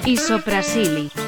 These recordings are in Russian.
Ισοπρασίλη.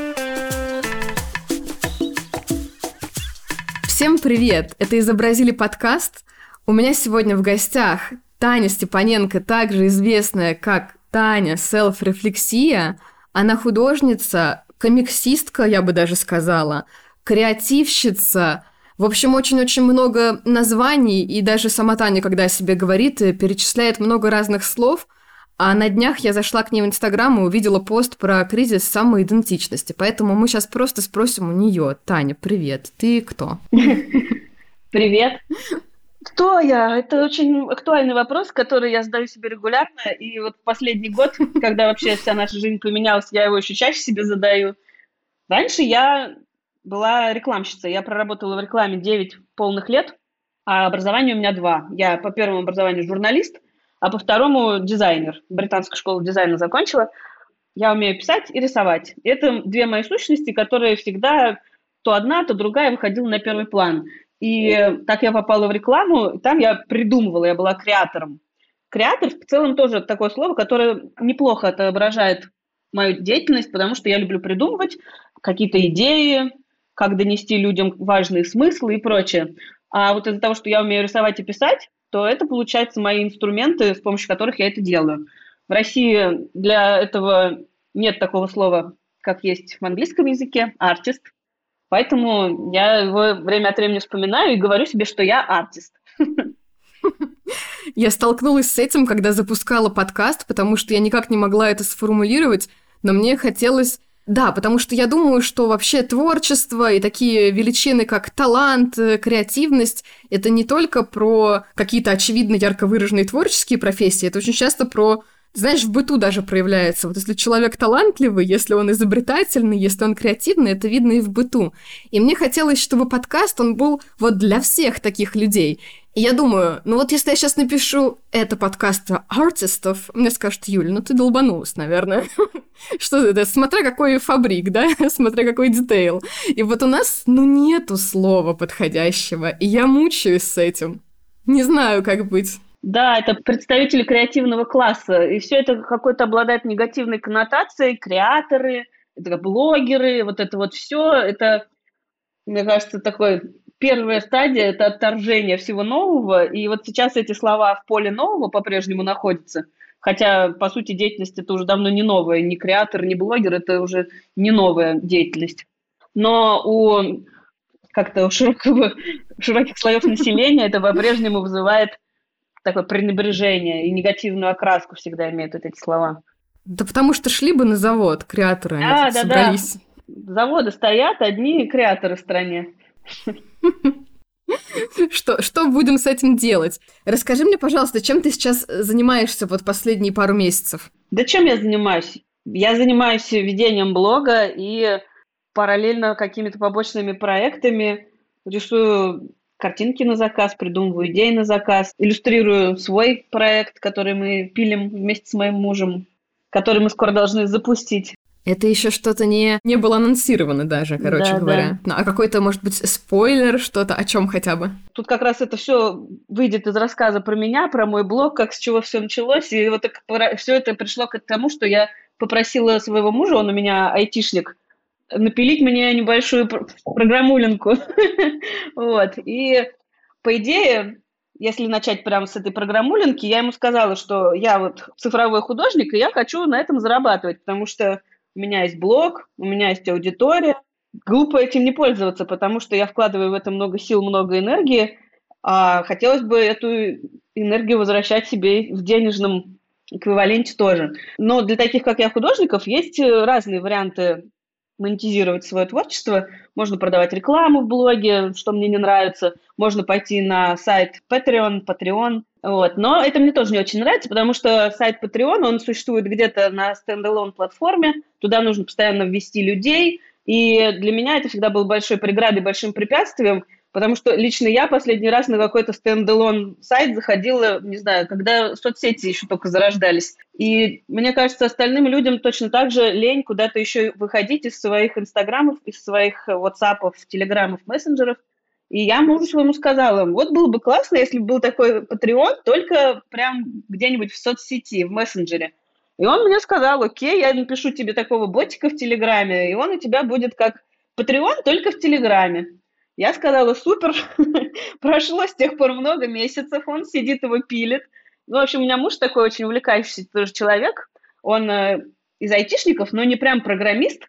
Всем привет! Это «Изобразили» подкаст. У меня сегодня в гостях Таня Степаненко, также известная как Таня Селф-рефлексия. Она художница, комиксистка, я бы даже сказала, креативщица. В общем, очень-очень много названий, и даже сама Таня, когда о себе говорит, перечисляет много разных слов. А на днях я зашла к ней в Инстаграм и увидела пост про кризис самоидентичности. Поэтому мы сейчас просто спросим у нее. Таня, привет, ты кто? Привет. Кто я? Это очень актуальный вопрос, который я задаю себе регулярно. И вот последний год, когда вообще вся наша жизнь поменялась, я его еще чаще себе задаю. Раньше я была рекламщицей. Я проработала в рекламе 9 полных лет, а образование у меня 2. Я по первому образованию журналист, а по второму дизайнер. Британскую школу дизайна закончила. Я умею писать и рисовать. Это 2 мои сущности, которые всегда то одна, то другая выходила на первый план. И так я попала в рекламу, и там я придумывала, я была креатором. Креатор в целом тоже такое слово, которое неплохо отображает мою деятельность, потому что я люблю придумывать какие-то идеи, как донести людям важные смыслы и прочее. А вот из-за того, что я умею рисовать и писать, то это, получается, мои инструменты, с помощью которых я это делаю. В России для этого нет такого слова, как есть в английском языке, артист. Поэтому я его время от времени вспоминаю и говорю себе, что я артист. Я столкнулась с этим, когда запускала подкаст, потому что я никак не могла это сформулировать, но мне хотелось... Да, потому что я думаю, что вообще творчество и такие величины, как талант, креативность, это не только про какие-то очевидно ярко выраженные творческие профессии, это очень часто про, знаешь, в быту даже проявляется. Вот если человек талантливый, если он изобретательный, если он креативный, это видно и в быту. И мне хотелось, чтобы подкаст, он был вот для всех таких людей. И я думаю, ну вот если я сейчас напишу это подкаст про артистов, мне скажут: Юль, ну ты долбанулась, наверное. Что это? Смотря какой фабрик, да? Смотря какой детейл. И вот у нас, ну, нету слова подходящего, и я мучаюсь с этим. Не знаю, как быть. Да, это представители креативного класса, и все это какой-то обладает негативной коннотацией, креаторы, это блогеры, вот это вот все, это, мне кажется, такое первая стадия, это отторжение всего нового, и вот сейчас эти слова в поле нового по-прежнему находятся, хотя, по сути, деятельность это уже давно не новая, ни креатор, ни блогер, это уже не новая деятельность. Но у широких слоев населения это по-прежнему вызывает такое пренебрежение и негативную окраску всегда имеют вот эти слова. Да потому что шли бы на завод креаторы, они собрались. Да. Заводы стоят, одни креаторы в стране. Что будем с этим делать? Расскажи мне, пожалуйста, чем ты сейчас занимаешься вот последние пару месяцев? Да чем я занимаюсь? Я занимаюсь ведением блога и параллельно какими-то побочными проектами рисую картинки на заказ, придумываю идеи на заказ, иллюстрирую свой проект, который мы пилим вместе с моим мужем, который мы скоро должны запустить. Это еще что-то не было анонсировано даже, короче говоря. Да. А какой-то, может быть, спойлер, что-то, о чем хотя бы? Тут как раз это все выйдет из рассказа про меня, про мой блог, как с чего все началось. И вот все это пришло к тому, что я попросила своего мужа, он у меня айтишник, напилить мне небольшую программулинку. Вот. И, по идее, если начать прямо с этой программулинки, я ему сказала, что я вот цифровой художник, и я хочу на этом зарабатывать, потому что у меня есть блог, у меня есть аудитория. Глупо этим не пользоваться, потому что я вкладываю в это много сил, много энергии, а хотелось бы эту энергию возвращать себе в денежном эквиваленте тоже. Но для таких, как я, художников, есть разные варианты монетизировать свое творчество. Можно продавать рекламу в блоге, что мне не нравится. Можно пойти на сайт Patreon. Вот. Но это мне тоже не очень нравится, потому что сайт Patreon, он существует где-то на стендалон платформе. Туда нужно постоянно ввести людей. И для меня это всегда было большой преградой, большим препятствием, потому что лично я последний раз на какой-то стендалон сайт заходила, не знаю, когда соцсети еще только зарождались. И мне кажется, остальным людям точно так же лень куда-то еще выходить из своих инстаграмов, из своих ватсапов, телеграмов, мессенджеров. И я мужу своему сказала, вот было бы классно, если бы был такой Patreon, только прям где-нибудь в соцсети, в мессенджере. И он мне сказал: окей, я напишу тебе такого ботика в Телеграме, и он у тебя будет как Patreon, только в Телеграме. Я сказала: супер. Прошло с тех пор много месяцев, он сидит, его пилит. Ну, в общем, у меня муж такой очень увлекающийся тоже человек. Он из айтишников, но не прям программист,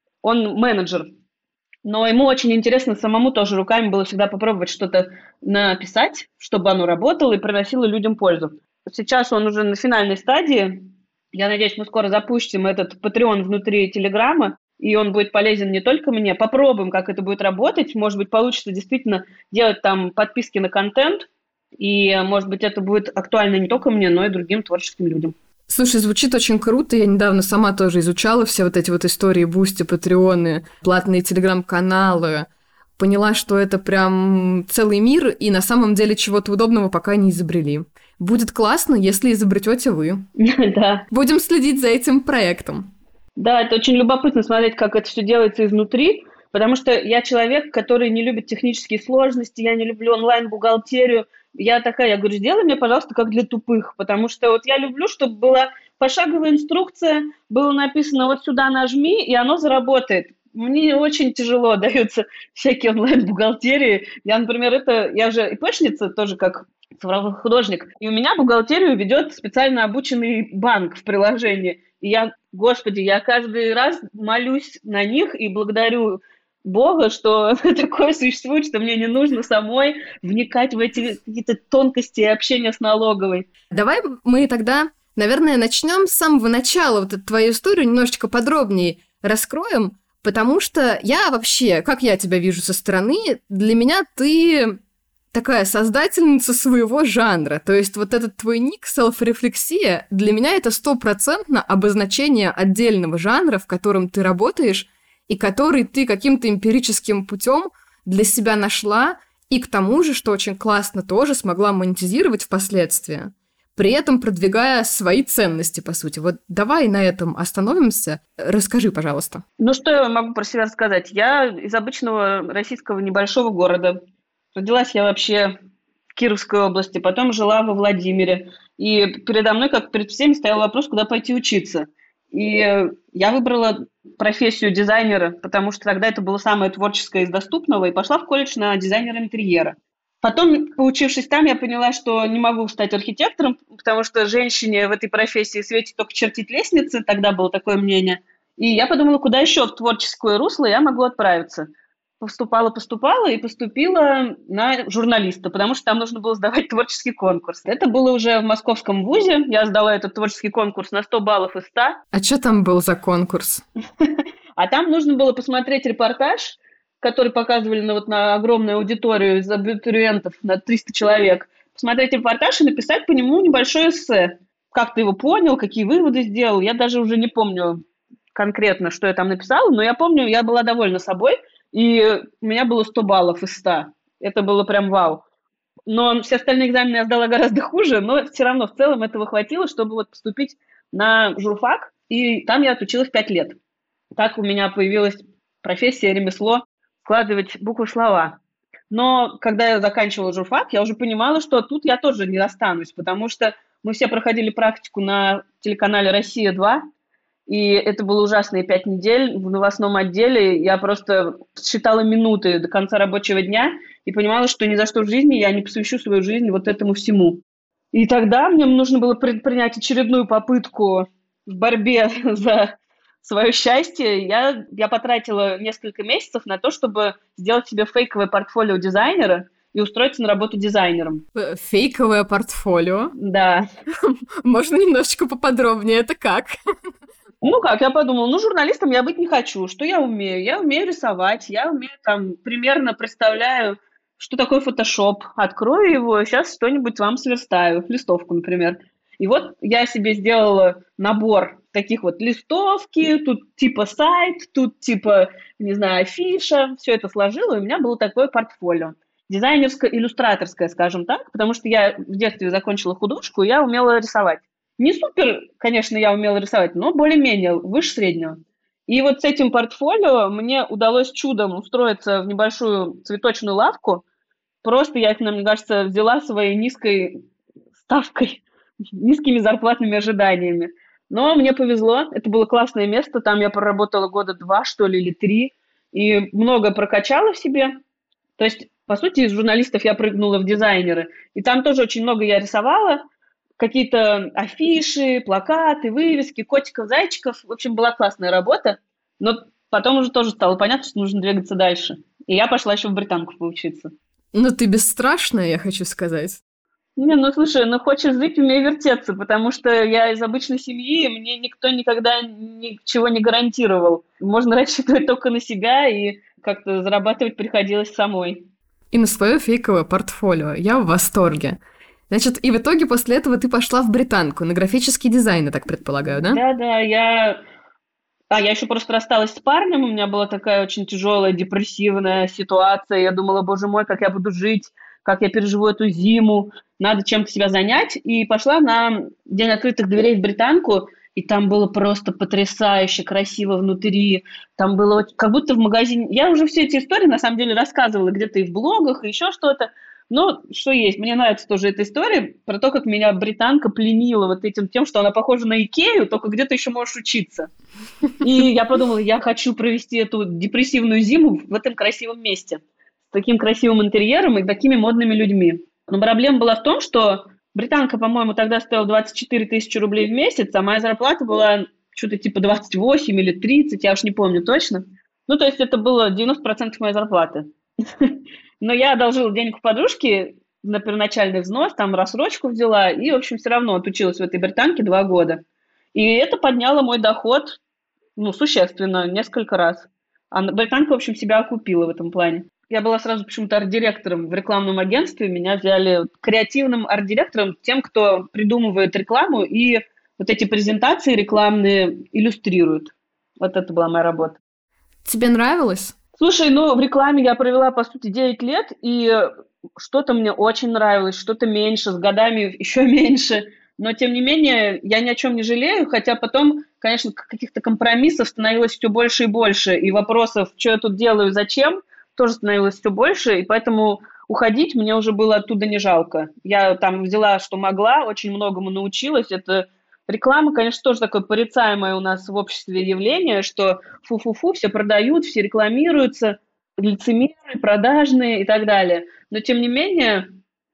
он менеджер. Но ему очень интересно самому тоже руками было всегда попробовать что-то написать, чтобы оно работало и приносило людям пользу. Сейчас он уже на финальной стадии. Я надеюсь, мы скоро запустим этот Patreon внутри Телеграма, и он будет полезен не только мне. Попробуем, как это будет работать. Может быть, получится действительно делать там подписки на контент, и, может быть, это будет актуально не только мне, но и другим творческим людям. Слушай, звучит очень круто. Я недавно сама тоже изучала все вот эти вот истории Бусти, Патреоны, платные телеграм-каналы. Поняла, что это прям целый мир, и на самом деле чего-то удобного пока не изобрели. Будет классно, если изобретете вы. Да. Будем следить за этим проектом. Да, это очень любопытно смотреть, как это все делается изнутри, потому что я человек, который не любит технические сложности, я не люблю онлайн-бухгалтерию. Я говорю, сделай мне, пожалуйста, как для тупых, потому что вот я люблю, чтобы была пошаговая инструкция, было написано вот сюда нажми, и оно заработает. Мне очень тяжело даются всякие онлайн-бухгалтерии. Я, например, я же ИПшница, тоже как цифровой художник, и у меня бухгалтерию ведет специально обученный банк в приложении. И Господи, я каждый раз молюсь на них и благодарю Бога, что такое существует, что мне не нужно самой вникать в эти какие-то тонкости общения с налоговой. Давай мы тогда, наверное, начнем с самого начала, вот эту твою историю немножечко подробнее раскроем, потому что я вообще, как я тебя вижу со стороны, для меня ты такая создательница своего жанра. То есть вот этот твой ник «Селф-рефлексия» для меня это 100% обозначение отдельного жанра, в котором ты работаешь, и который ты каким-то эмпирическим путем для себя нашла, и к тому же, что очень классно, тоже смогла монетизировать впоследствии, при этом продвигая свои ценности, по сути. Вот давай на этом остановимся. Расскажи, пожалуйста. Ну, что я могу про себя рассказать? Я из обычного российского небольшого города. Родилась я вообще в Кировской области, потом жила во Владимире. И передо мной, как перед всеми, стоял вопрос, куда пойти учиться. И я выбрала профессию дизайнера, потому что тогда это было самое творческое из доступного, и пошла в колледж на дизайнера интерьера. Потом, поучившись там, я поняла, что не могу стать архитектором, потому что женщине в этой профессии светит только чертить лестницы, тогда было такое мнение. И я подумала, куда еще в творческое русло я могу отправиться. Поступала и поступила на журналиста, потому что там нужно было сдавать творческий конкурс. Это было уже в московском вузе. Я сдала этот творческий конкурс на 100 баллов из 100. А что там был за конкурс? А там нужно было посмотреть репортаж, который показывали на огромную аудиторию из абитуриентов, на 300 человек. Посмотреть репортаж и написать по нему небольшое эссе. Как ты его понял, какие выводы сделал. Я даже уже не помню конкретно, что я там написала, но я помню, я была довольна собой. И у меня было 100 баллов из 100. Это было прям вау. Но все остальные экзамены я сдала гораздо хуже, но все равно в целом этого хватило, чтобы поступить на журфак. И там я отучилась 5 лет. Так у меня появилась профессия, ремесло складывать буквы в слова. Но когда я заканчивала журфак, я уже понимала, что тут я тоже не останусь, потому что мы все проходили практику на телеканале «Россия-2», и это было ужасные 5 недель в новостном отделе. Я просто считала минуты до конца рабочего дня и понимала, что ни за что в жизни я не посвящу свою жизнь вот этому всему. И тогда мне нужно было предпринять очередную попытку в борьбе за свое счастье. Я потратила несколько месяцев на то, чтобы сделать себе фейковое портфолио дизайнера и устроиться на работу дизайнером. Фейковое портфолио? Да. Можно немножечко поподробнее? Это как? Я подумала, журналистом я быть не хочу. Что я умею? Я умею рисовать, я умею примерно представляю, что такое фотошоп. Открою его, сейчас что-нибудь вам сверстаю, листовку, например. И вот я себе сделала набор таких вот листовки, тут типа сайт, тут типа, не знаю, афиша, все это сложила, и у меня было такое портфолио. Дизайнерско-иллюстраторское, скажем так, потому что я в детстве закончила художку, и я умела рисовать. Не супер, конечно, я умела рисовать, но более-менее, выше среднего. И вот с этим портфолио мне удалось чудом устроиться в небольшую цветочную лавку. Просто я их, мне кажется, взяла своей низкой ставкой, низкими зарплатными ожиданиями. Но мне повезло, это было классное место, там я проработала года 2, что ли, или 3, и много прокачала в себе. То есть, по сути, из журналистов я прыгнула в дизайнеры. И там тоже очень много я рисовала, какие-то афиши, плакаты, вывески, котиков, зайчиков. В общем, была классная работа. Но потом уже тоже стало понятно, что нужно двигаться дальше. И я пошла еще в британку поучиться. Ну, ты бесстрашная, я хочу сказать. Не, ну слушай, ну хочешь жить, умей вертеться, потому что я из обычной семьи, и мне никто никогда ничего не гарантировал. Можно рассчитывать только на себя, и как-то зарабатывать приходилось самой. И на свое фейковое портфолио. Я в восторге. Значит, и в итоге после этого ты пошла в британку на графический дизайн, я так предполагаю, да? Да-да, я еще просто рассталась с парнем, у меня была такая очень тяжелая, депрессивная ситуация. Я думала, боже мой, как я буду жить, как я переживу эту зиму, надо чем-то себя занять. И пошла на День открытых дверей в британку, и там было просто потрясающе красиво внутри. Там было как будто в магазине. Я уже все эти истории на самом деле рассказывала где-то и в блогах, и еще что-то. Но что есть, мне нравится тоже эта история про то, как меня британка пленила вот этим тем, что она похожа на Икею, только где-то еще можешь учиться. И я подумала, я хочу провести эту депрессивную зиму в этом красивом месте, с таким красивым интерьером и такими модными людьми. Но проблема была в том, что британка, по-моему, тогда стоила 24 тысячи рублей в месяц, а моя зарплата была что-то типа 28 или 30, я уж не помню точно. Ну, то есть это было 90% моей зарплаты. Но я одолжила денег у подружки на первоначальный взнос, там рассрочку взяла, и, в общем, все равно отучилась в этой британке 2 года. И это подняло мой доход, ну, существенно, несколько раз. А британка, в общем, себя окупила в этом плане. Я была сразу почему-то арт-директором в рекламном агентстве. Меня взяли креативным арт-директором, тем, кто придумывает рекламу и вот эти презентации рекламные иллюстрирует. Вот это была моя работа. Тебе нравилось? Слушай, ну, в рекламе я провела, по сути, 9 лет, и что-то мне очень нравилось, что-то меньше, с годами еще меньше. Но, тем не менее, я ни о чем не жалею, хотя потом, конечно, каких-то компромиссов становилось все больше и больше, и вопросов, что я тут делаю, зачем, тоже становилось все больше, и поэтому уходить мне уже было оттуда не жалко. Я там взяла, что могла, очень многому научилась. Это реклама, конечно, тоже такое порицаемое у нас в обществе явление, что фу-фу-фу, все продают, все рекламируются, лицемеры, продажные и так далее. Но, тем не менее,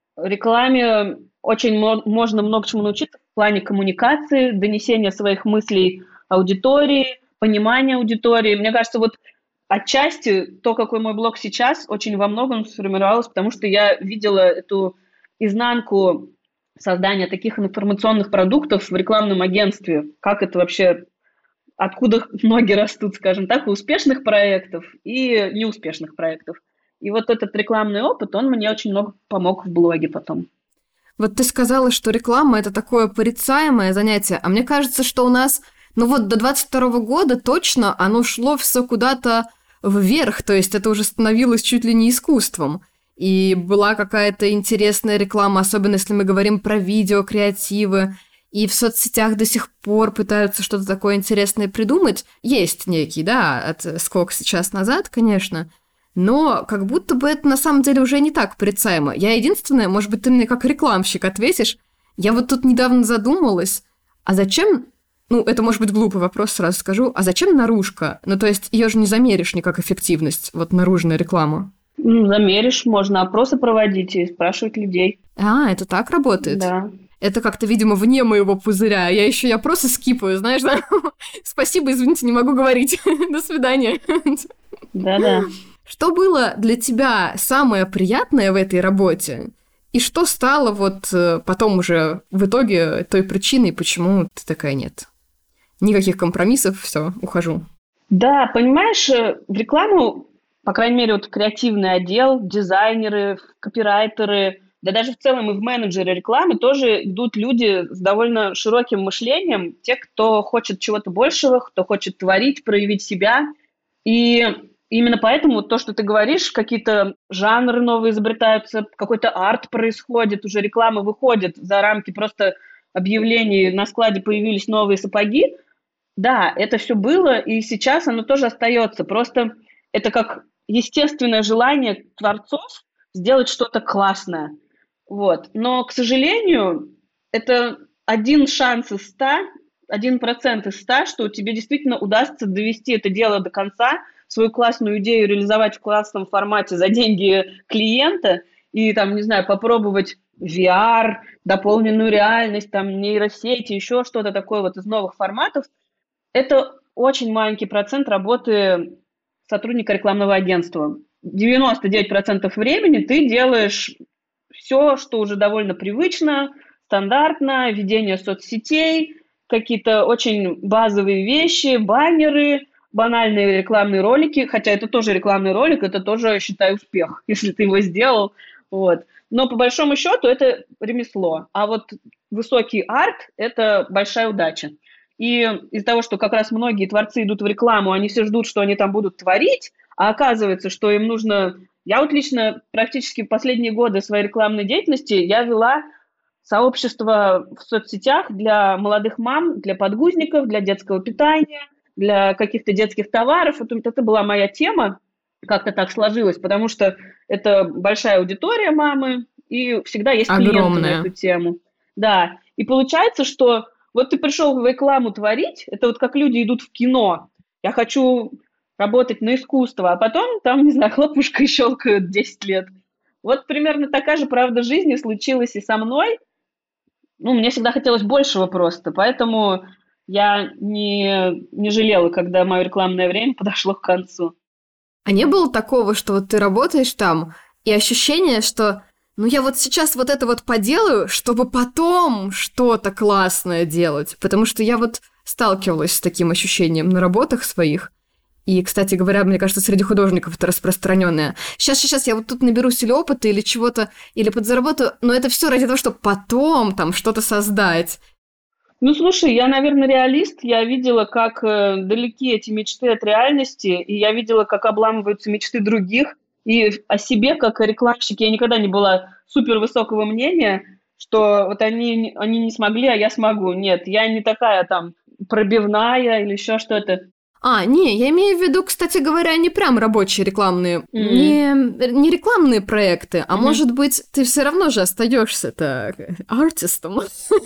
рекламе очень можно много чему научиться в плане коммуникации, донесения своих мыслей аудитории, понимания аудитории. Мне кажется, вот отчасти то, какой мой блог сейчас, очень во многом сформировалось, потому что я видела эту изнанку создания таких информационных продуктов в рекламном агентстве. Как это вообще, откуда ноги растут, скажем так, у успешных проектов и неуспешных проектов. И вот этот рекламный опыт, он мне очень много помог в блоге потом. Вот ты сказала, что реклама – это такое порицаемое занятие, а мне кажется, что у нас, ну вот до 22 года точно оно шло все куда-то вверх, то есть это уже становилось чуть ли не искусством. И была какая-то интересная реклама, особенно если мы говорим про видео, креативы, и в соцсетях до сих пор пытаются что-то такое интересное придумать. Есть некий, да, скок сейчас назад, конечно, но как будто бы это на самом деле уже не так порицаемо. Я единственное, может быть, ты мне как рекламщик ответишь, я вот тут недавно задумалась, а зачем, ну, это может быть глупый вопрос, сразу скажу, а зачем наружка? Ну, то есть ее же не замеришь никак эффективность, вот наружная реклама. Ну, замеришь, можно опросы проводить и спрашивать людей. А, это так работает? Да. Это как-то, видимо, вне моего пузыря. Я просто скипаю, знаешь, да? Спасибо, извините, не могу говорить. До свидания. Да-да. Что было для тебя самое приятное в этой работе? И что стало вот потом уже в итоге той причиной, почему ты такая нет? Никаких компромиссов, все, ухожу. Да, понимаешь, в рекламу, по крайней мере, вот креативный отдел, дизайнеры, копирайтеры, да даже в целом и в менеджеры рекламы тоже идут люди с довольно широким мышлением, те, кто хочет чего-то большего, кто хочет творить, проявить себя. И именно поэтому то, что ты говоришь, какие-то жанры новые изобретаются, какой-то арт происходит, уже реклама выходит за рамки просто объявлений, на складе появились новые сапоги. Да, это все было, и сейчас оно тоже остается. Просто это как естественное желание творцов сделать что-то классное. Вот. Но, к сожалению, это один шанс из 100, 1% из 100, что тебе действительно удастся довести это дело до конца, свою классную идею реализовать в классном формате за деньги клиента и, там, не знаю, попробовать VR, дополненную реальность, там, нейросети, еще что-то такое вот из новых форматов. Это очень маленький процент работы сотрудника рекламного агентства. 99% времени ты делаешь все, что уже довольно привычно, стандартно, ведение соцсетей, какие-то очень базовые вещи, баннеры, банальные рекламные ролики, хотя это тоже рекламный ролик, это тоже, считаю, успех, если ты его сделал. Вот. Но по большому счету это ремесло. А вот высокий арт – это большая удача. И из-за того, что как раз многие творцы идут в рекламу, они все ждут, что они там будут творить, а оказывается, что им нужно... Я вот лично практически последние годы своей рекламной деятельности я вела сообщество в соцсетях для молодых мам, для подгузников, для детского питания, для каких-то детских товаров. Вот это была моя тема, как-то так сложилось, потому что это большая аудитория мамы, и всегда есть клиенты на эту тему. Да, и получается, что вот ты пришел в рекламу творить, это вот как люди идут в кино. Я хочу работать на искусство, а потом там, не знаю, хлопушкой щелкают 10 лет. Вот примерно такая же правда жизни случилась и со мной. Ну, мне всегда хотелось большего просто, поэтому я не жалела, когда мое рекламное время подошло к концу. А не было такого, что вот ты работаешь там, и ощущение, что ну я вот сейчас вот это вот поделаю, чтобы потом что-то классное делать? Потому что я вот сталкивалась с таким ощущением на работах своих. И, кстати говоря, мне кажется, среди художников это распространенное. Сейчас я вот тут наберусь или опыта, или чего-то, или подзаработаю, но это все ради того, чтобы потом там что-то создать. Ну, слушай, я, наверное, реалист. Я видела, как далеки эти мечты от реальности, и я видела, как обламываются мечты других. И о себе, как о рекламщике, я никогда не была супер высокого мнения, что вот они не смогли, а я смогу. Нет, я не такая там пробивная или еще что-то. Не, я имею в виду, кстати говоря, не прям рабочие рекламные, не рекламные проекты, а может быть, ты все равно же остаешься-то артистом.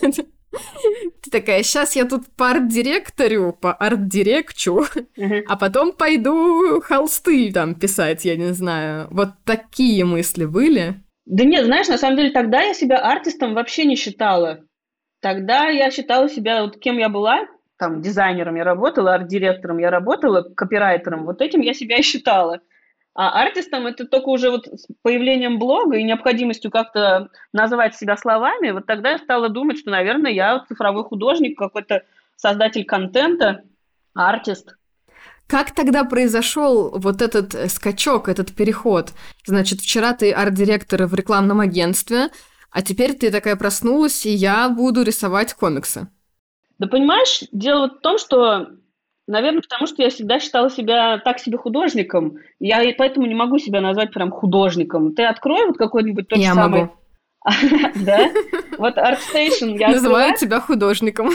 Ты такая, сейчас я тут по арт-директорю, по арт-дирекчу, а потом пойду холсты там писать, я не знаю. Вот такие мысли были? Да нет, знаешь, на самом деле тогда я себя артистом вообще не считала. Тогда я считала себя, вот кем я была, там, дизайнером я работала, арт-директором я работала, копирайтером, вот этим я себя и считала. А артистом это только уже вот с появлением блога и необходимостью как-то назвать себя словами, вот тогда я стала думать, что, наверное, я цифровой художник, какой-то создатель контента, артист. Как тогда произошел вот этот скачок, этот переход? Значит, вчера ты арт-директор в рекламном агентстве, а теперь ты такая проснулась, и я буду рисовать комиксы. Да понимаешь, дело в том, что, наверное, потому что я всегда считала себя так себе художником, я и поэтому не могу себя назвать прям художником. Ты открой вот какой-нибудь тот же самый... Я могу. Да? Вот ArtStation я называю тебя художником.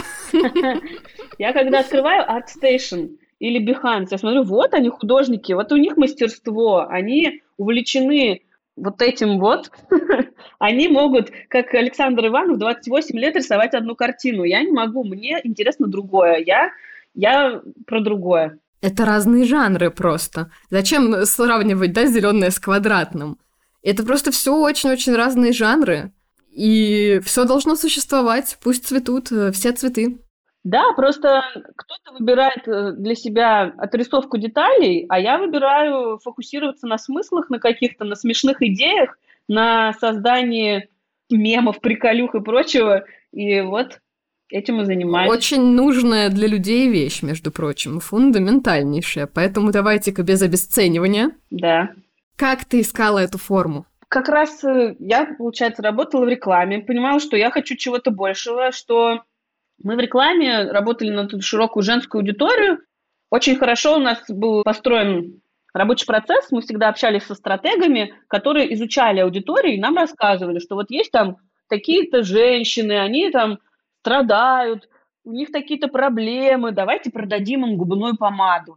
Я когда открываю ArtStation или Behance, я смотрю, вот они художники, вот у них мастерство, они увлечены вот этим вот, они могут, как Александр Иванов, 28 лет рисовать одну картину. Я не могу, мне интересно другое, я про другое. Это разные жанры просто. Зачем сравнивать, зеленое с квадратным? Это просто все очень-очень разные жанры. И все должно существовать, пусть цветут все цветы. Да, просто кто-то выбирает для себя отрисовку деталей, а я выбираю фокусироваться на смыслах, на каких-то, на смешных идеях, на создании мемов, приколюх и прочего. И вот этим и занимаюсь. Очень нужная для людей вещь, между прочим, фундаментальнейшая. Поэтому давайте-ка без обесценивания. Да. Как ты искала эту форму? Как раз я, получается, работала в рекламе, понимала, что я хочу чего-то большего, что... Мы в рекламе работали на эту широкую женскую аудиторию. Очень хорошо у нас был построен рабочий процесс. Мы всегда общались со стратегами, которые изучали аудиторию и нам рассказывали, что вот есть там такие-то женщины, они там страдают, у них такие-то проблемы, давайте продадим им губную помаду.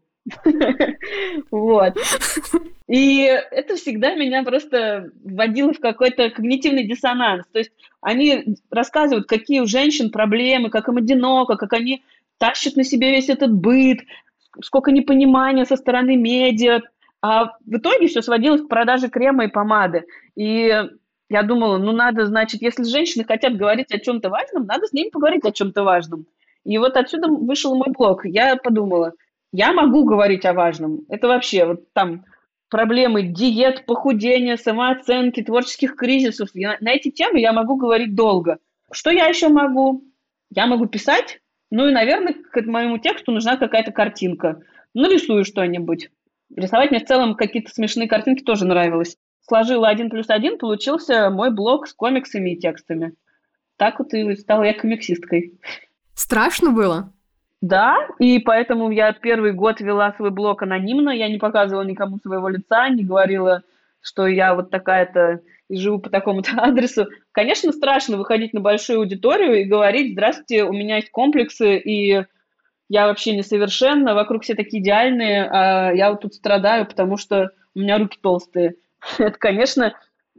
Вот. И это всегда меня просто вводило в какой-то когнитивный диссонанс. То есть они рассказывают, какие у женщин проблемы, как им одиноко, как они тащат на себе весь этот быт, сколько непонимания со стороны медиа. А в итоге все сводилось к продаже крема и помады. И я думала, ну надо, значит, если женщины хотят говорить о чем-то важном, надо с ними поговорить о чем-то важном. И вот отсюда вышел мой блог. Я подумала, я могу говорить о важном. Это вообще вот там проблемы диет, похудения, самооценки, творческих кризисов. На эти темы я могу говорить долго. Что я еще могу? Я могу писать. Ну и, наверное, к моему тексту нужна какая-то картинка. Нарисую что-нибудь. Рисовать мне в целом какие-то смешные картинки тоже нравилось. Сложила 1+1, получился мой блог с комиксами и текстами. Так вот и стала я комиксисткой. Страшно было? Да, и поэтому я первый год вела свой блог анонимно, я не показывала никому своего лица, не говорила, что я вот такая-то и живу по такому-то адресу. Конечно, страшно выходить на большую аудиторию и говорить: здравствуйте, у меня есть комплексы, и я вообще несовершенна, вокруг все такие идеальные, а я вот тут страдаю, потому что у меня руки толстые. Это, конечно,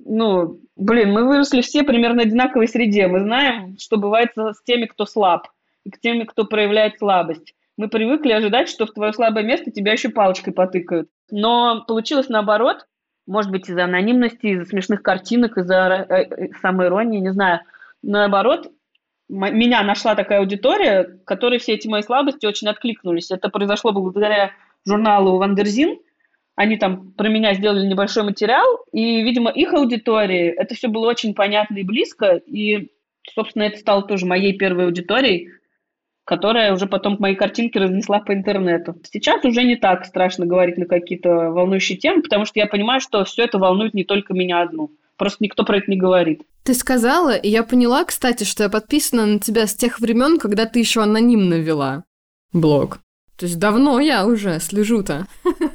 мы выросли все примерно в одинаковой среде. Мы знаем, что бывает с теми, кто слаб, и к теми, кто проявляет слабость. Мы привыкли ожидать, что в твое слабое место тебя еще палочкой потыкают. Но получилось наоборот. Может быть, из-за анонимности, из-за смешных картинок, из-за самоиронии, не знаю. Наоборот, меня нашла такая аудитория, которой все эти мои слабости очень откликнулись. Это произошло благодаря журналу «Вандерзин». Они там про меня сделали небольшой материал, и, видимо, их аудитории это все было очень понятно и близко, и, собственно, это стало тоже моей первой аудиторией, которая уже потом мои картинки разнесла по интернету. Сейчас уже не так страшно говорить на какие-то волнующие темы, потому что я понимаю, что все это волнует не только меня одну. Просто никто про это не говорит. Ты сказала, и я поняла, кстати, что я подписана на тебя с тех времен, когда ты еще анонимно вела блог. То есть давно я уже слежу-то.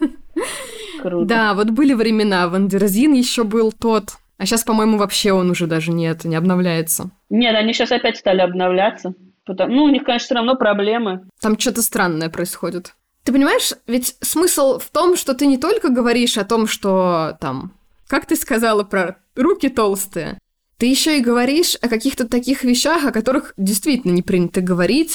Круто. Да, вот были времена, Вандерзин еще был тот, а сейчас, по-моему, вообще он уже даже не обновляется. Нет, они сейчас опять стали обновляться. У них, конечно, все равно проблемы. Там что-то странное происходит. Ты понимаешь, ведь смысл в том, что ты не только говоришь о том, что там, как ты сказала про руки толстые, ты еще и говоришь о каких-то таких вещах, о которых действительно не принято говорить,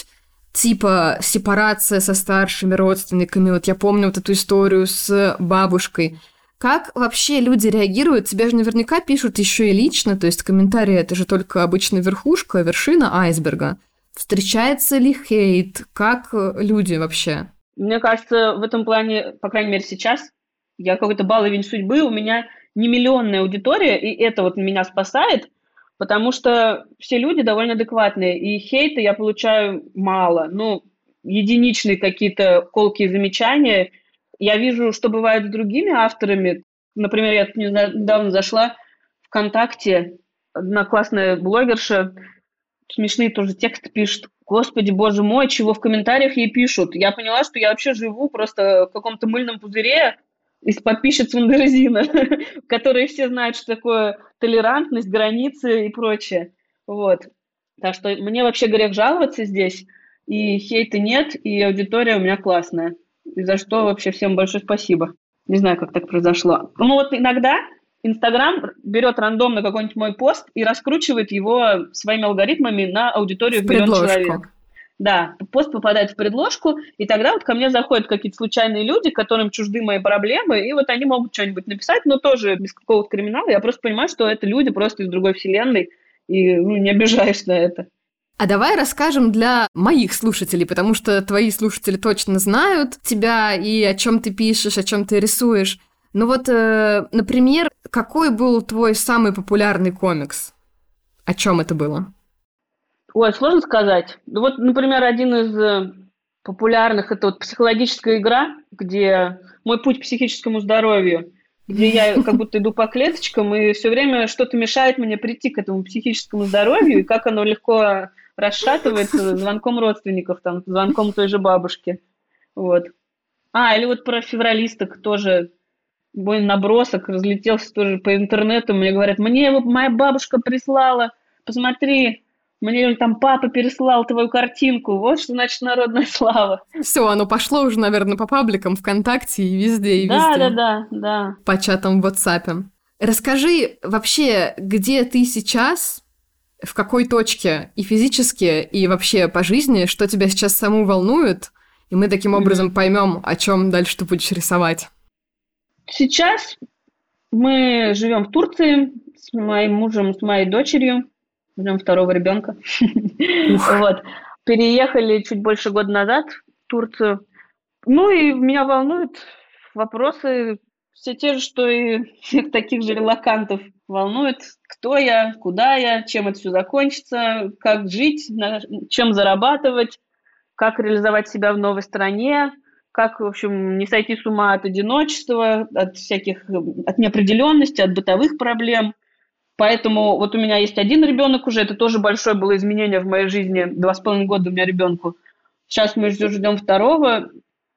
типа сепарация со старшими родственниками. Вот я помню вот эту историю с бабушкой. Как вообще люди реагируют? Тебе же наверняка пишут еще и лично, то есть комментарии — это же только обычно верхушка, вершина айсберга. Встречается ли хейт? Как люди вообще? Мне кажется, в этом плане, по крайней мере сейчас, я какой-то баловень судьбы, у меня не миллионная аудитория, и это вот меня спасает, потому что все люди довольно адекватные, и хейта я получаю мало. Единичные какие-то колкие замечания. Я вижу, что бывает с другими авторами. Например, я недавно зашла ВКонтакте, одна классная блогерша, смешные тоже тексты пишет. Господи, боже мой, чего в комментариях ей пишут. Я поняла, что я вообще живу просто в каком-то мыльном пузыре из подписчиц Вандерзина, которые все знают, что такое толерантность, границы и прочее. Вот. Так что мне вообще грех жаловаться здесь. И хейта нет, и аудитория у меня классная. И за что вообще всем большое спасибо. Не знаю, как так произошло. Иногда Инстаграм берет рандомно какой-нибудь мой пост и раскручивает его своими алгоритмами на аудиторию в миллион человек. Да, пост попадает в предложку, и тогда вот ко мне заходят какие-то случайные люди, которым чужды мои проблемы, и вот они могут что-нибудь написать, но тоже без какого-то криминала. Я просто понимаю, что это люди просто из другой вселенной, и не обижаюсь на это. А давай расскажем для моих слушателей, потому что твои слушатели точно знают тебя и о чем ты пишешь, о чем ты рисуешь. Например, какой был твой самый популярный комикс? О чем это было? Ой, сложно сказать. Например, один из популярных — это психологическая игра, где мой путь к психическому здоровью, где я как будто иду по клеточкам, и все время что-то мешает мне прийти к этому психическому здоровью, и как оно легко расшатывается звонком родственников, звонком той же бабушки. Вот. Или про февралисток тоже. Мой набросок разлетелся тоже по интернету. Мне говорят: мне моя бабушка прислала, посмотри, мне там папа переслал твою картинку. Вот что значит народная слава. Все, оно пошло уже, наверное, по пабликам ВКонтакте и везде. Да. По чатам в WhatsApp. Расскажи вообще, где ты сейчас в какой точке и физически, и вообще по жизни, что тебя сейчас саму волнует, и мы таким образом поймем, о чем дальше ты будешь рисовать. Сейчас мы живем в Турции с моим мужем, с моей дочерью, ждем второго ребенка. Вот. Переехали чуть больше года назад в Турцию. Ну и меня волнуют вопросы все те же, что и всех таких же релокантов волнует. Кто я, куда я, чем это все закончится, как жить, чем зарабатывать, как реализовать себя в новой стране, как, в общем, не сойти с ума от одиночества, от неопределенности, от бытовых проблем. Поэтому вот у меня есть один ребенок уже, это тоже большое было изменение в моей жизни, 2,5 года у меня ребенку. Сейчас мы ждем второго.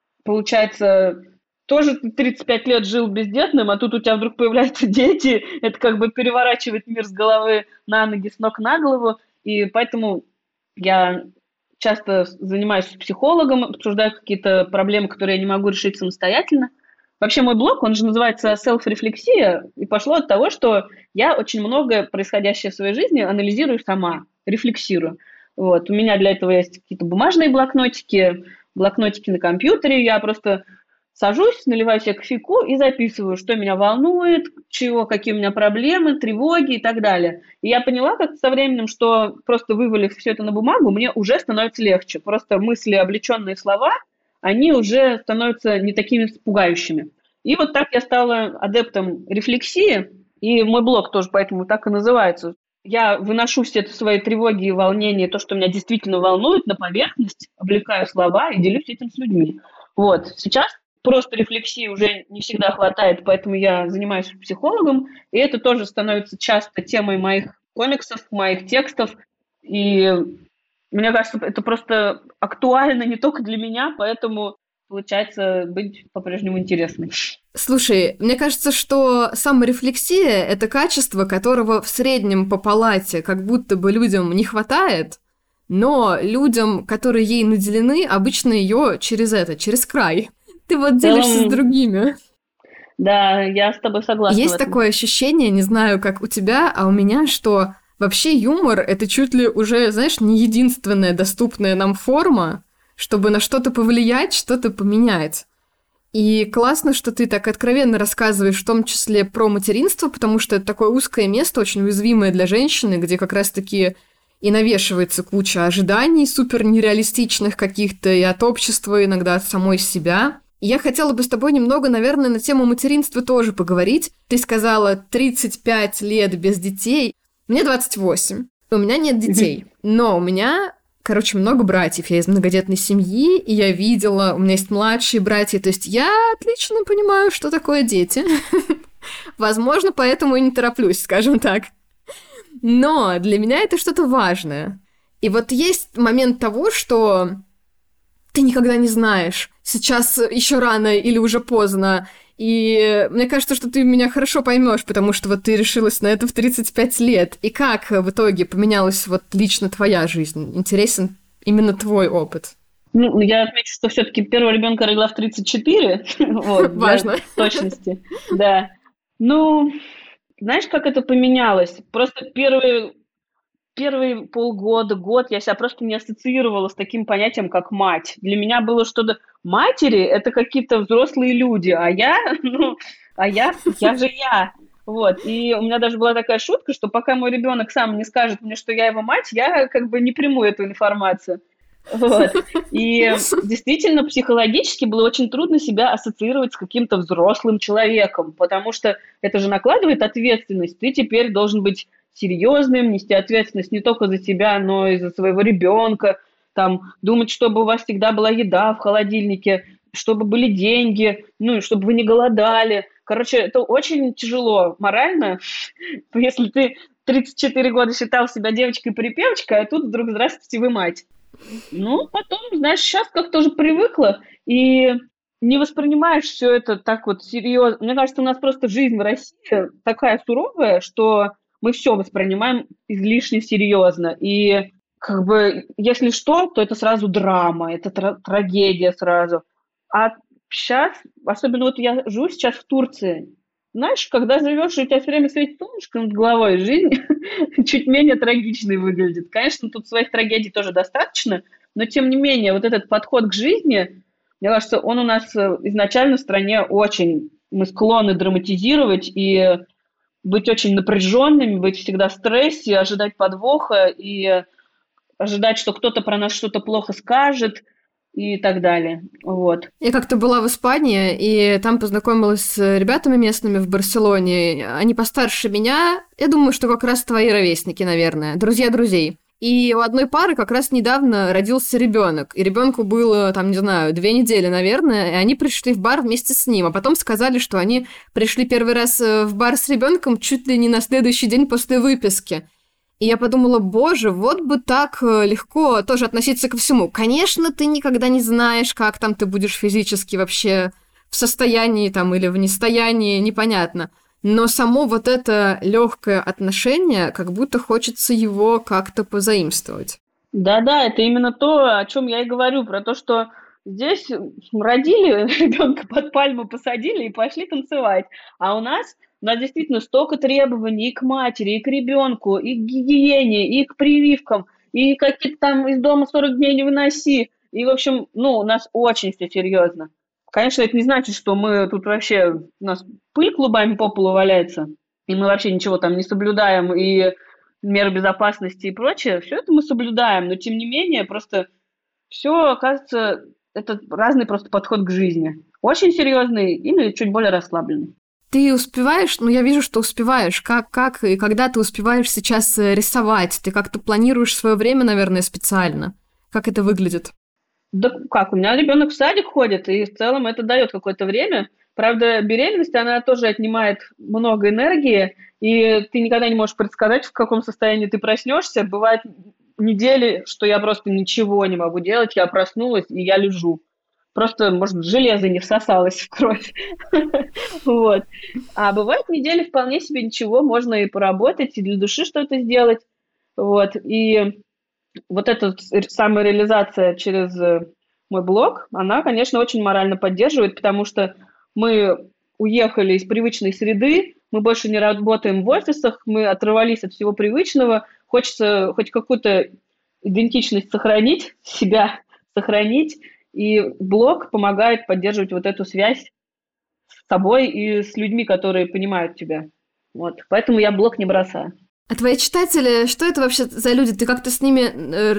Получается, тоже ты 35 лет жил бездетным, а тут у тебя вдруг появляются дети. Это как бы переворачивает мир с головы на ноги, с ног на голову. И поэтому я часто занимаюсь с психологом, обсуждаю какие-то проблемы, которые я не могу решить самостоятельно. Вообще мой блог, он же называется «Селф-рефлексия», и пошло от того, что я очень много происходящее в своей жизни анализирую сама, рефлексирую. Вот. У меня для этого есть какие-то бумажные блокнотики на компьютере. Я просто сажусь, наливаю себе кофейку и записываю, что меня волнует, какие у меня проблемы, тревоги и так далее. И я поняла как со временем, что просто вывалив все это на бумагу, мне уже становится легче. Просто мысли, облеченные в слова, они уже становятся не такими пугающими. И вот так я стала адептом рефлексии, и мой блог тоже поэтому так и называется. Я выношу все свои тревоги и волнения, то, что меня действительно волнует, на поверхность, облекаю слова и делюсь этим с людьми. Вот. Сейчас просто рефлексии уже не всегда хватает, поэтому я занимаюсь психологом, и это тоже становится часто темой моих комиксов, моих текстов, и мне кажется, это просто актуально не только для меня, поэтому получается быть по-прежнему интересной. Слушай, мне кажется, что саморефлексия — это качество, которого в среднем по палате как будто бы людям не хватает, но людям, которые ей наделены, обычно ее через край. Ты вот делишься с другими. Да, я с тобой согласна. Есть такое ощущение, не знаю, как у тебя, а у меня, что вообще юмор — это чуть ли уже, знаешь, не единственная доступная нам форма, чтобы на что-то повлиять, что-то поменять. И классно, что ты так откровенно рассказываешь, в том числе про материнство, потому что это такое узкое место, очень уязвимое для женщины, где как раз-таки и навешивается куча ожиданий супер нереалистичных каких-то и от общества, иногда от самой себя. И я хотела бы с тобой немного, наверное, на тему материнства тоже поговорить. Ты сказала 35 лет без детей. Мне 28. У меня нет детей. Но у меня, много братьев. Я из многодетной семьи, и я видела, у меня есть младшие братья. То есть я отлично понимаю, что такое дети. Возможно, поэтому и не тороплюсь, скажем так. Но для меня это что-то важное. И вот есть момент того, что ты никогда не знаешь, сейчас еще рано или уже поздно. И мне кажется, что ты меня хорошо поймешь, потому что вот ты решилась на это в 35 лет. И как в итоге поменялась вот лично твоя жизнь? Интересен именно твой опыт. Ну, я отмечу, что все-таки первого ребенка родила в 34. Важно. Для точности. Да. Ну, знаешь, как это поменялось? Просто первые полгода, год я себя просто не ассоциировала с таким понятием, как мать. Для меня было что-то... Матери — это какие-то взрослые люди, а я же я. Вот. И у меня даже была такая шутка, что пока мой ребенок сам не скажет мне, что я его мать, я как бы не приму эту информацию. Вот. И действительно, психологически было очень трудно себя ассоциировать с каким-то взрослым человеком, потому что это же накладывает ответственность. Ты теперь должен быть серьезным, нести ответственность не только за себя, но и за своего ребенка, там, думать, чтобы у вас всегда была еда в холодильнике, чтобы были деньги, ну, и чтобы вы не голодали. Короче, это очень тяжело морально, если ты 34 года считал себя девочкой-припевочкой, а тут вдруг, здравствуйте, вы мать. Ну, потом, знаешь, сейчас как-то уже привыкла, и не воспринимаешь все это так вот серьезно. Мне кажется, у нас просто жизнь в России такая суровая, что мы все воспринимаем излишне серьезно. И как бы, если что, то это сразу драма, это трагедия сразу. А сейчас, особенно вот я живу сейчас в Турции, знаешь, когда живешь, и у тебя все время светит солнышко над головой, жизнь чуть менее трагичной выглядит. Конечно, тут своих трагедий тоже достаточно, но тем не менее, вот этот подход к жизни, мне кажется, он у нас изначально в стране очень, мы склонны драматизировать и быть очень напряженными, быть всегда в стрессе, ожидать подвоха и ожидать, что кто-то про нас что-то плохо скажет и так далее. Вот. Я как-то была в Испании, и там познакомилась с ребятами местными в Барселоне. Они постарше меня. Я думаю, что как раз твои ровесники, наверное. Друзья друзей. И у одной пары как раз недавно родился ребенок. И ребенку было, там, не знаю, 2 недели, наверное. И они пришли в бар вместе с ним. А потом сказали, что они пришли первый раз в бар с ребенком чуть ли не на следующий день после выписки. И я подумала, боже, вот бы так легко тоже относиться ко всему. Конечно, ты никогда не знаешь, как там ты будешь физически вообще в состоянии там или в нестоянии, непонятно. Но само вот это легкое отношение, как будто хочется его как-то позаимствовать. Да-да, это именно то, о чем я и говорю, про то, что здесь родили ребенка под пальму, посадили и пошли танцевать. А у нас действительно столько требований и к матери, и к ребенку, и к гигиене, и к прививкам, и какие-то там из дома 40 дней не выноси. И, в общем, ну, у нас очень все серьезно. Конечно, это не значит, что мы тут вообще, у нас пыль клубами по полу валяется, и мы вообще ничего там не соблюдаем, и меры безопасности и прочее, все это мы соблюдаем, но тем не менее, просто все, оказывается, это разный просто подход к жизни. Очень серьезный или чуть более расслабленный. Ты успеваешь, ну я вижу, что успеваешь. Как и когда ты успеваешь сейчас рисовать? Ты как-то планируешь свое время, наверное, специально? Как это выглядит? Да как, у меня ребенок в садик ходит, и в целом это дает какое-то время. Правда, беременность, она тоже отнимает много энергии, и ты никогда не можешь предсказать, в каком состоянии ты проснешься. Бывают недели, что я просто ничего не могу делать, я проснулась, и я лежу. Просто, может, железо не всосалось в кровь. Вот. А бывают недели вполне себе ничего, можно и поработать, и для души что-то сделать. Вот. И вот эта самореализация через мой блог, она, конечно, очень морально поддерживает, потому что мы уехали из привычной среды, мы больше не работаем в офисах, мы оторвались от всего привычного, хочется хоть какую-то идентичность сохранить, себя сохранить, и блог помогает поддерживать вот эту связь с собой и с людьми, которые понимают тебя. Вот. Поэтому я блог не бросаю. А твои читатели, что это вообще за люди? Ты как-то с ними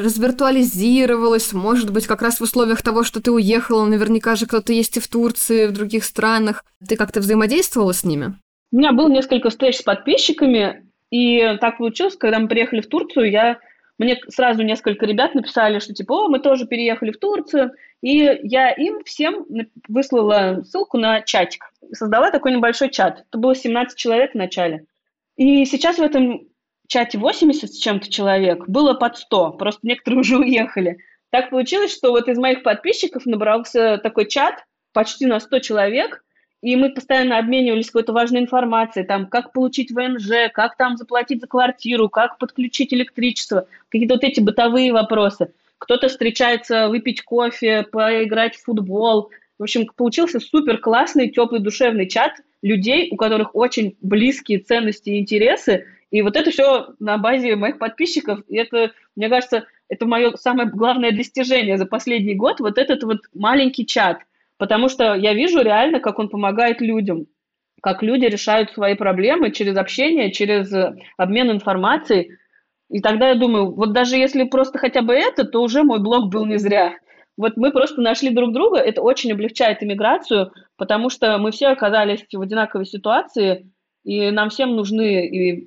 развиртуализировалась? Может быть, как раз в условиях того, что ты уехала, наверняка же кто-то есть и в Турции, в других странах. Ты как-то взаимодействовала с ними? У меня было несколько встреч с подписчиками, и так получилось, когда мы приехали в Турцию, мне сразу несколько ребят написали, что типа, о, мы тоже переехали в Турцию, и я им всем выслала ссылку на чатик. Создала такой небольшой чат. Это было 17 человек в начале. И сейчас в этом чате 80 с чем-то человек, было под 100, просто некоторые уже уехали. Так получилось, что вот из моих подписчиков набрался такой чат почти на 100 человек, и мы постоянно обменивались какой-то важной информацией, там, как получить ВНЖ, как там заплатить за квартиру, как подключить электричество, какие-то вот эти бытовые вопросы. Кто-то встречается выпить кофе, поиграть в футбол. В общем, получился супер классный, теплый, душевный чат людей, у которых очень близкие ценности и интересы. И вот это все на базе моих подписчиков. И это, мне кажется, это мое самое главное достижение за последний год, вот этот вот маленький чат. Потому что я вижу реально, как он помогает людям, как люди решают свои проблемы через общение, через обмен информацией. И тогда я думаю, вот даже если просто хотя бы это, то уже мой блог был не зря. Вот мы просто нашли друг друга, это очень облегчает иммиграцию, потому что мы все оказались в одинаковой ситуации, и нам всем нужны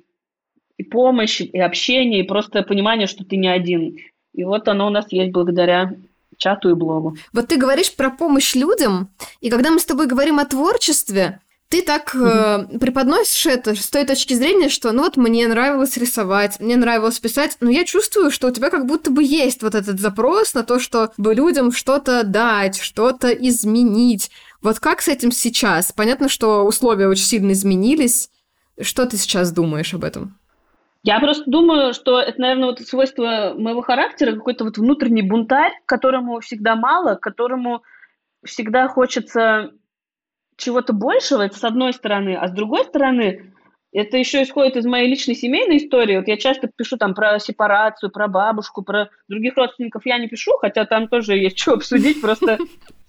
и помощь, и общение, и просто понимание, что ты не один. И вот оно у нас есть благодаря чату и блогу. Вот ты говоришь про помощь людям, и когда мы с тобой говорим о творчестве, ты так преподносишь это с той точки зрения, что ну вот мне нравилось рисовать, мне нравилось писать, но я чувствую, что у тебя как будто бы есть вот этот запрос на то, чтобы людям что-то дать, что-то изменить. Вот как с этим сейчас? Понятно, что условия очень сильно изменились. Что ты сейчас думаешь об этом? Я просто думаю, что это, наверное, вот свойство моего характера, какой-то вот внутренний бунтарь, которому всегда мало, которому всегда хочется чего-то большего, это с одной стороны, а с другой стороны, это еще исходит из моей личной семейной истории. Вот я часто пишу там про сепарацию, про бабушку, про других родственников я не пишу, хотя там тоже есть что обсудить, просто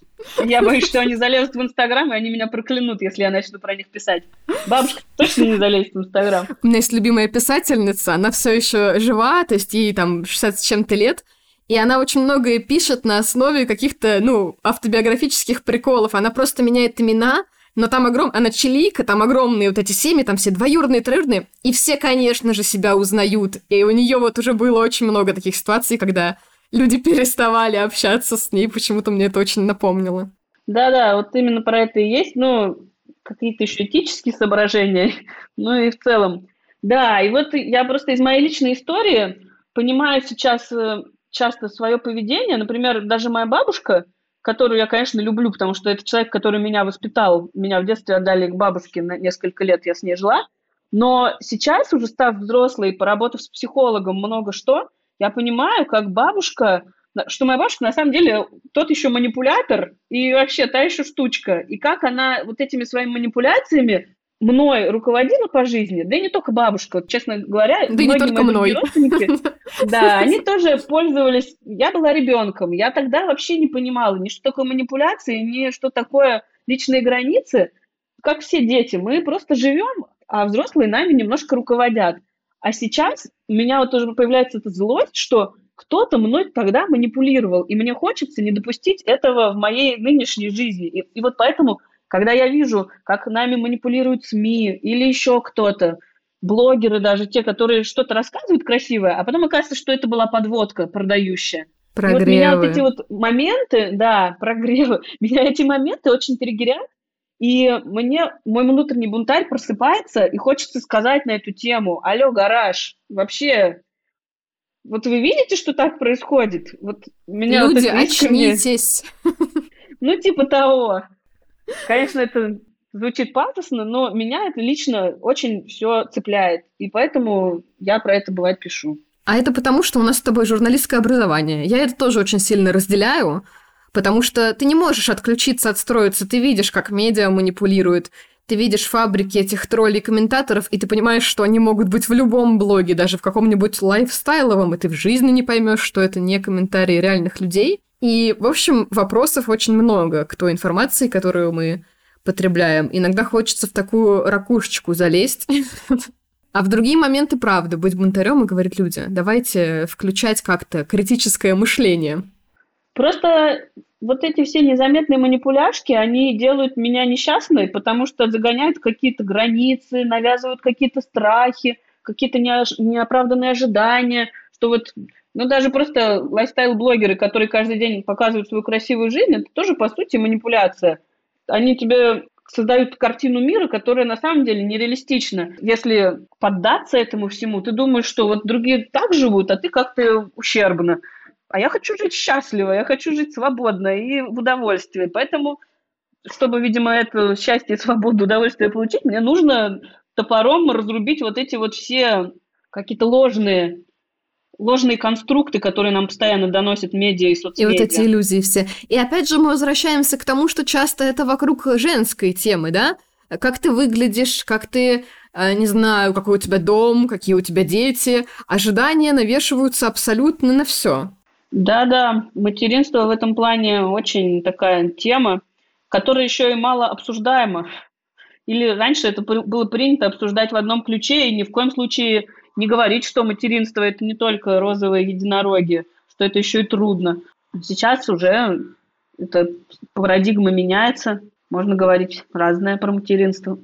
я боюсь, что они залезут в Инстаграм, и они меня проклянут, если я начну про них писать. Бабушка точно не залезет в Инстаграм. У меня есть любимая писательница, она все еще жива, то есть ей там 60 с чем-то лет, и она очень многое пишет на основе каких-то, автобиографических приколов. Она просто меняет имена, но там она чилийка, там огромные вот эти семьи, там все двоюродные, троюродные, и все, конечно же, себя узнают. И у нее вот уже было очень много таких ситуаций, когда люди переставали общаться с ней, почему-то мне это очень напомнило. Да-да, вот именно про это и есть, какие-то еще этические соображения, и в целом. Да, и вот я просто из моей личной истории понимаю сейчас часто свое поведение. Например, даже моя бабушка, которую я, конечно, люблю, потому что это человек, который меня воспитал. Меня в детстве отдали к бабушке на несколько лет, я с ней жила. Но сейчас, уже став взрослой, поработав с психологом много что, я понимаю, как бабушка, что моя бабушка на самом деле тот еще манипулятор и вообще та еще штучка. И как она вот этими своими манипуляциями мной руководила по жизни, да и не только бабушка, вот, честно говоря, да и не только мои мной. родственники, да, они тоже пользовались. Я была ребенком, я тогда вообще не понимала ни что такое манипуляции, ни что такое личные границы. Как все дети, мы просто живем, а взрослые нами немножко руководят. А сейчас у меня вот тоже появляется эта злость, что кто-то мной тогда манипулировал, и мне хочется не допустить этого в моей нынешней жизни. И вот поэтому, когда я вижу, как нами манипулируют СМИ или еще кто-то, блогеры даже, те, которые что-то рассказывают красивое, а потом оказывается, что это была подводка продающая. Прогревы. И вот меня вот эти вот моменты, да, прогревы, меня эти моменты очень триггерят, и мне мой внутренний бунтарь просыпается, и хочется сказать на эту тему: алло, гараж, вообще, вот вы видите, что так происходит? Вот меня люди, вот это искренне... очнитесь. Типа того. Конечно, это звучит пафосно, но меня это лично очень все цепляет, и поэтому я про это бывает пишу. А это потому, что у нас с тобой журналистское образование. Я это тоже очень сильно разделяю, потому что ты не можешь отключиться, отстроиться. Ты видишь, как медиа манипулирует. Ты видишь фабрики этих троллей-комментаторов, и ты понимаешь, что они могут быть в любом блоге, даже в каком-нибудь лайфстайловом, и ты в жизни не поймешь, что это не комментарии реальных людей. И, в общем, вопросов очень много к той информации, которую мы потребляем. Иногда хочется в такую ракушечку залезть. А в другие моменты, правда, быть бунтарем и говорить: люди, давайте включать как-то критическое мышление. Просто вот эти все незаметные манипуляшки, они делают меня несчастной, потому что загоняют какие-то границы, навязывают какие-то страхи, какие-то неоправданные ожидания, что вот, даже просто лайфстайл-блогеры, которые каждый день показывают свою красивую жизнь, это тоже, по сути, манипуляция. Они тебе создают картину мира, которая на самом деле нереалистична. Если поддаться этому всему, ты думаешь, что вот другие так живут, а ты как-то ущербно. А я хочу жить счастливо, я хочу жить свободно и в удовольствии. Поэтому, чтобы, видимо, это счастье, свободу, удовольствие получить, мне нужно топором разрубить вот эти вот все какие-то ложные конструкты, которые нам постоянно доносят медиа и соцмедиа. И вот эти иллюзии все. И опять же мы возвращаемся к тому, что часто это вокруг женской темы, да? Как ты выглядишь, как ты, не знаю, какой у тебя дом, какие у тебя дети. Ожидания навешиваются абсолютно на все. Да, материнство в этом плане очень такая тема, которая еще и мало обсуждаема. Или раньше это было принято обсуждать в одном ключе, и ни в коем случае не говорить, что материнство – это не только розовые единороги, что это еще и трудно. Сейчас уже эта парадигма меняется, можно говорить разное про материнство.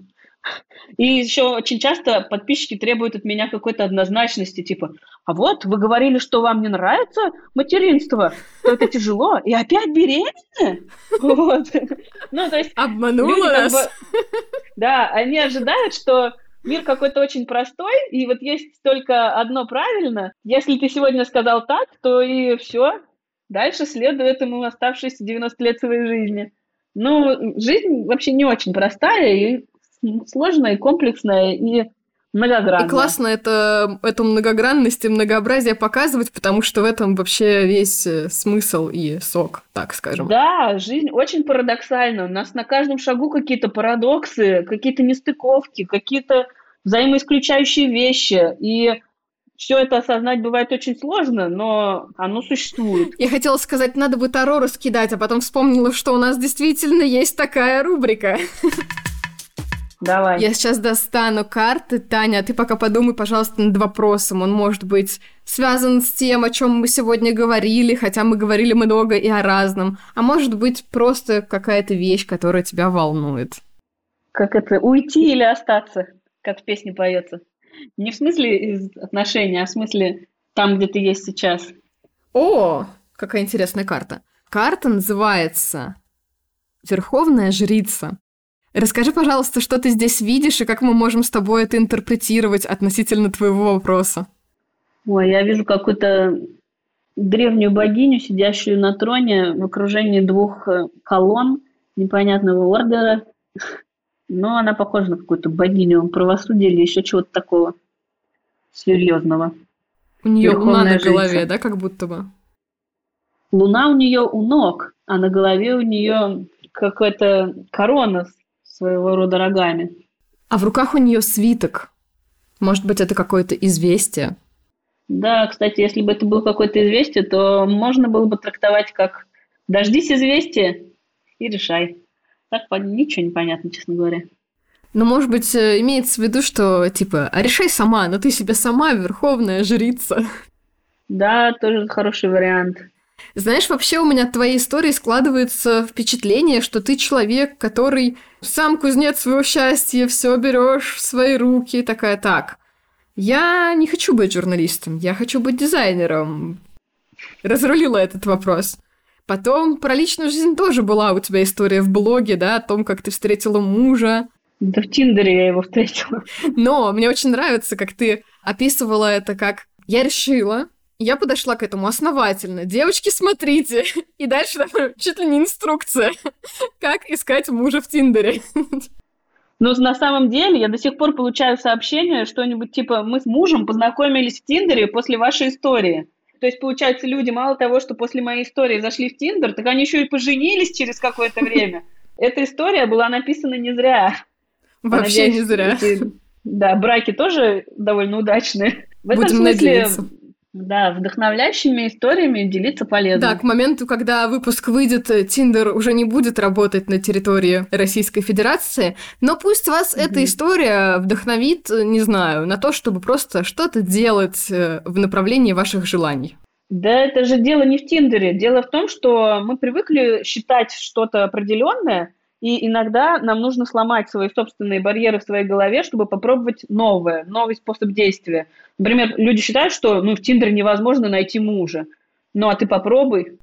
И еще очень часто подписчики требуют от меня какой-то однозначности, типа: а вот вы говорили, что вам не нравится материнство, что это тяжело, и опять беременны? Вот. То есть обманула нас. Да, они ожидают, что мир какой-то очень простой, и вот есть только одно правильно. Если ты сегодня сказал так, то и все. Дальше следует ему оставшиеся 90 лет своей жизни. Жизнь вообще не очень простая, и сложная, и комплексная, и И Многогранная. классно эту многогранность и многообразие показывать, потому что в этом вообще весь смысл и сок, так скажем. Да, жизнь очень парадоксальна. У нас на каждом шагу какие-то парадоксы, какие-то нестыковки, какие-то взаимоисключающие вещи. И все это осознать бывает очень сложно, но оно существует. Я хотела сказать, надо бы Таро раскидать, а потом вспомнила, что у нас действительно есть такая рубрика. Давай. Я сейчас достану карты. Таня, а ты пока подумай, пожалуйста, над вопросом. Он может быть связан с тем, о чем мы сегодня говорили, хотя мы говорили много и о разном. А может быть, просто какая-то вещь, которая тебя волнует. Как это, уйти или остаться, как в песне поется. Не в смысле из отношений, а в смысле там, где ты есть сейчас. О, какая интересная карта. Карта называется «Верховная жрица». Расскажи, пожалуйста, что ты здесь видишь и как мы можем с тобой это интерпретировать относительно твоего вопроса. Ой, я вижу какую-то древнюю богиню, сидящую на троне в окружении двух колонн непонятного ордера. Но она похожа на какую-то богиню правосудия или еще чего-то такого серьезного. У нее луна Верховная на голове, жрица. да, как будто бы? Луна у нее у ног, а на голове у нее какая-то корона с своего рода рогами. А в руках у нее свиток. Может быть, это какое-то известие? Да, кстати, если бы это было какое-то известие, то можно было бы трактовать как «дождись известия и решай». Так ничего не понятно, честно говоря. Ну, может быть, имеется в виду, что, типа, а решай сама, но ты себе сама верховная жрица. Да, тоже хороший вариант. Знаешь, вообще у меня от твоей истории складывается впечатление, что ты человек, который сам кузнец своего счастья, все берешь в свои руки, такая, так, я не хочу быть журналистом, я хочу быть дизайнером. Разрулила этот вопрос. Потом про личную жизнь тоже была у тебя история в блоге, да, о том, как ты встретила мужа. Да в Тиндере я его встретила. Но мне очень нравится, как ты описывала это как «я решила». Я подошла к этому основательно. Девочки, смотрите. И дальше там чуть ли не инструкция, как искать мужа в Тиндере. Но на самом деле я до сих пор получаю сообщения, что-нибудь типа «мы с мужем познакомились в Тиндере после вашей истории». То есть, получается, люди мало того, что после моей истории зашли в Тиндер, так они еще и поженились через какое-то время. Эта история была написана не зря. Вообще Надеюсь, не зря. Да, браки тоже довольно удачные. В этом Будем смысле, надеяться. да, вдохновляющими историями делиться полезно. Да, к моменту, когда выпуск выйдет, Тиндер уже не будет работать на территории Российской Федерации, но пусть вас эта история вдохновит, не знаю, на то, чтобы просто что-то делать в направлении ваших желаний. Да, это же дело не в Тиндере. Дело в том, что мы привыкли считать что-то определенное, и иногда нам нужно сломать свои собственные барьеры в своей голове, чтобы попробовать новое, новый способ действия. Например, люди считают, что в Тиндере невозможно найти мужа. Ну, а ты попробуй.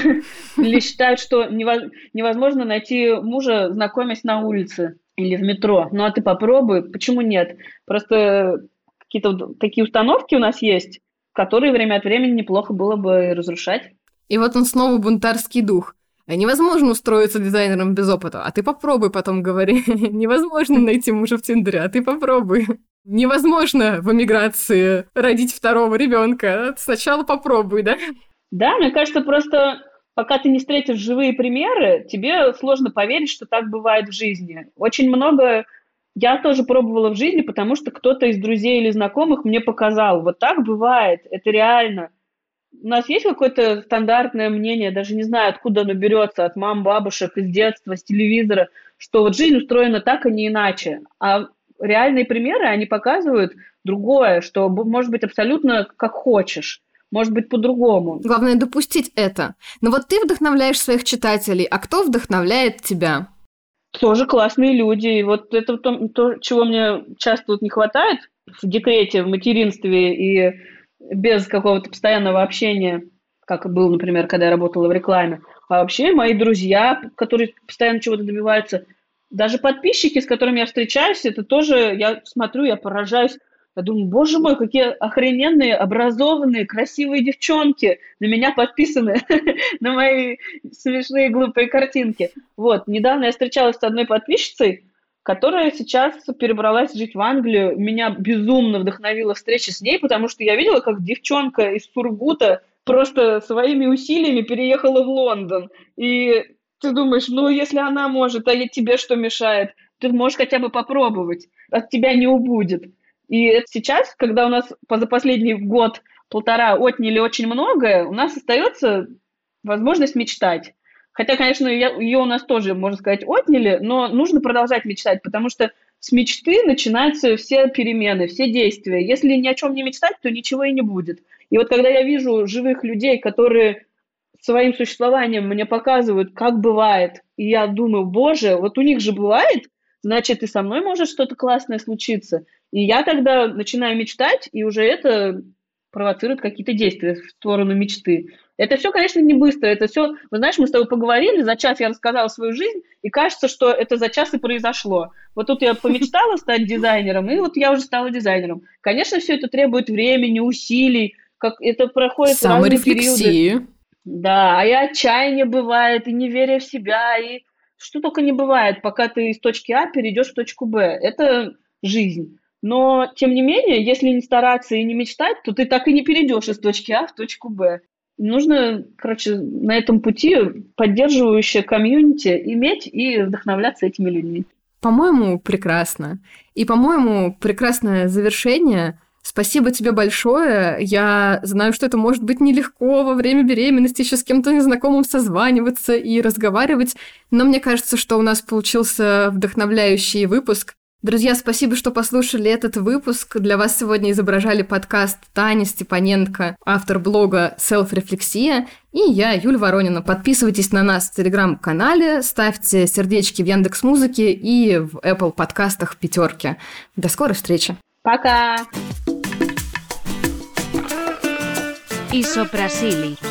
Или считают, что невозможно найти мужа, знакомясь на улице или в метро. Ну, а ты попробуй. Почему нет? Просто какие-то такие установки у нас есть, которые время от времени неплохо было бы разрушать. И вот он снова бунтарский дух. Невозможно устроиться дизайнером без опыта, а ты попробуй потом говори. Невозможно найти мужа в Тиндере, а ты попробуй. Невозможно в эмиграции родить второго ребенка. Сначала попробуй, да? Да, мне кажется, просто пока ты не встретишь живые примеры, тебе сложно поверить, что так бывает в жизни. Очень много я тоже пробовала в жизни, потому что кто-то из друзей или знакомых мне показал, вот так бывает, это реально. У нас есть какое-то стандартное мнение, даже не знаю, откуда оно берется, от мам, бабушек, из детства, с телевизора, что вот жизнь устроена так, а не иначе. А реальные примеры, они показывают другое, что может быть абсолютно как хочешь, может быть по-другому. Главное допустить это. Но вот ты вдохновляешь своих читателей, а кто вдохновляет тебя? Тоже классные люди. И вот это то, чего мне часто не хватает в декрете, в материнстве и без какого-то постоянного общения, как было, например, когда я работала в рекламе. А вообще мои друзья, которые постоянно чего-то добиваются, даже подписчики, с которыми я встречаюсь, это тоже, я смотрю, я поражаюсь. Я думаю, боже мой, какие охрененные, образованные, красивые девчонки на меня подписаны, на мои смешные, глупые картинки. Вот, недавно я встречалась с одной подписчицей, которая сейчас перебралась жить в Англию. Меня безумно вдохновила встреча с ней, потому что я видела, как девчонка из Сургута просто своими усилиями переехала в Лондон. И ты думаешь, если она может, а тебе что мешает? Ты можешь хотя бы попробовать, от тебя не убудет. И это сейчас, когда у нас за последний год-полтора отняли очень многое, у нас остается возможность мечтать. Хотя, конечно, ее у нас тоже, можно сказать, отняли, но нужно продолжать мечтать, потому что с мечты начинаются все перемены, все действия. Если ни о чем не мечтать, то ничего и не будет. И вот когда я вижу живых людей, которые своим существованием мне показывают, как бывает, и я думаю, боже, вот у них же бывает, значит, и со мной может что-то классное случиться. И я тогда начинаю мечтать, и уже это провоцирует какие-то действия в сторону мечты. Это все, конечно, не быстро. Это все, вы знаешь, мы с тобой поговорили, за час я рассказала свою жизнь, и кажется, что это за час и произошло. Вот тут я помечтала стать дизайнером, и вот я уже стала дизайнером. Конечно, все это требует времени, усилий, как это проходит разные периоды. Да, и отчаяние бывает, и неверие в себя, и что только не бывает, пока ты из точки А перейдешь в точку Б. Это жизнь. Но, тем не менее, если не стараться и не мечтать, то ты так и не перейдешь из точки А в точку Б. Нужно, на этом пути поддерживающее комьюнити иметь и вдохновляться этими людьми. По-моему, прекрасно. И, по-моему, прекрасное завершение. Спасибо тебе большое. Я знаю, что это может быть нелегко во время беременности еще с кем-то незнакомым созваниваться и разговаривать, но мне кажется, что у нас получился вдохновляющий выпуск. Друзья, спасибо, что послушали этот выпуск. Для вас сегодня изображали подкаст Таня Степаненко, автор блога «Селф-рефлексия», и я, Юль Воронина. Подписывайтесь на нас в Телеграм-канале, ставьте сердечки в Яндекс.Музыке и в Apple подкастах 5. До скорой встречи. Пока! Isoprasili.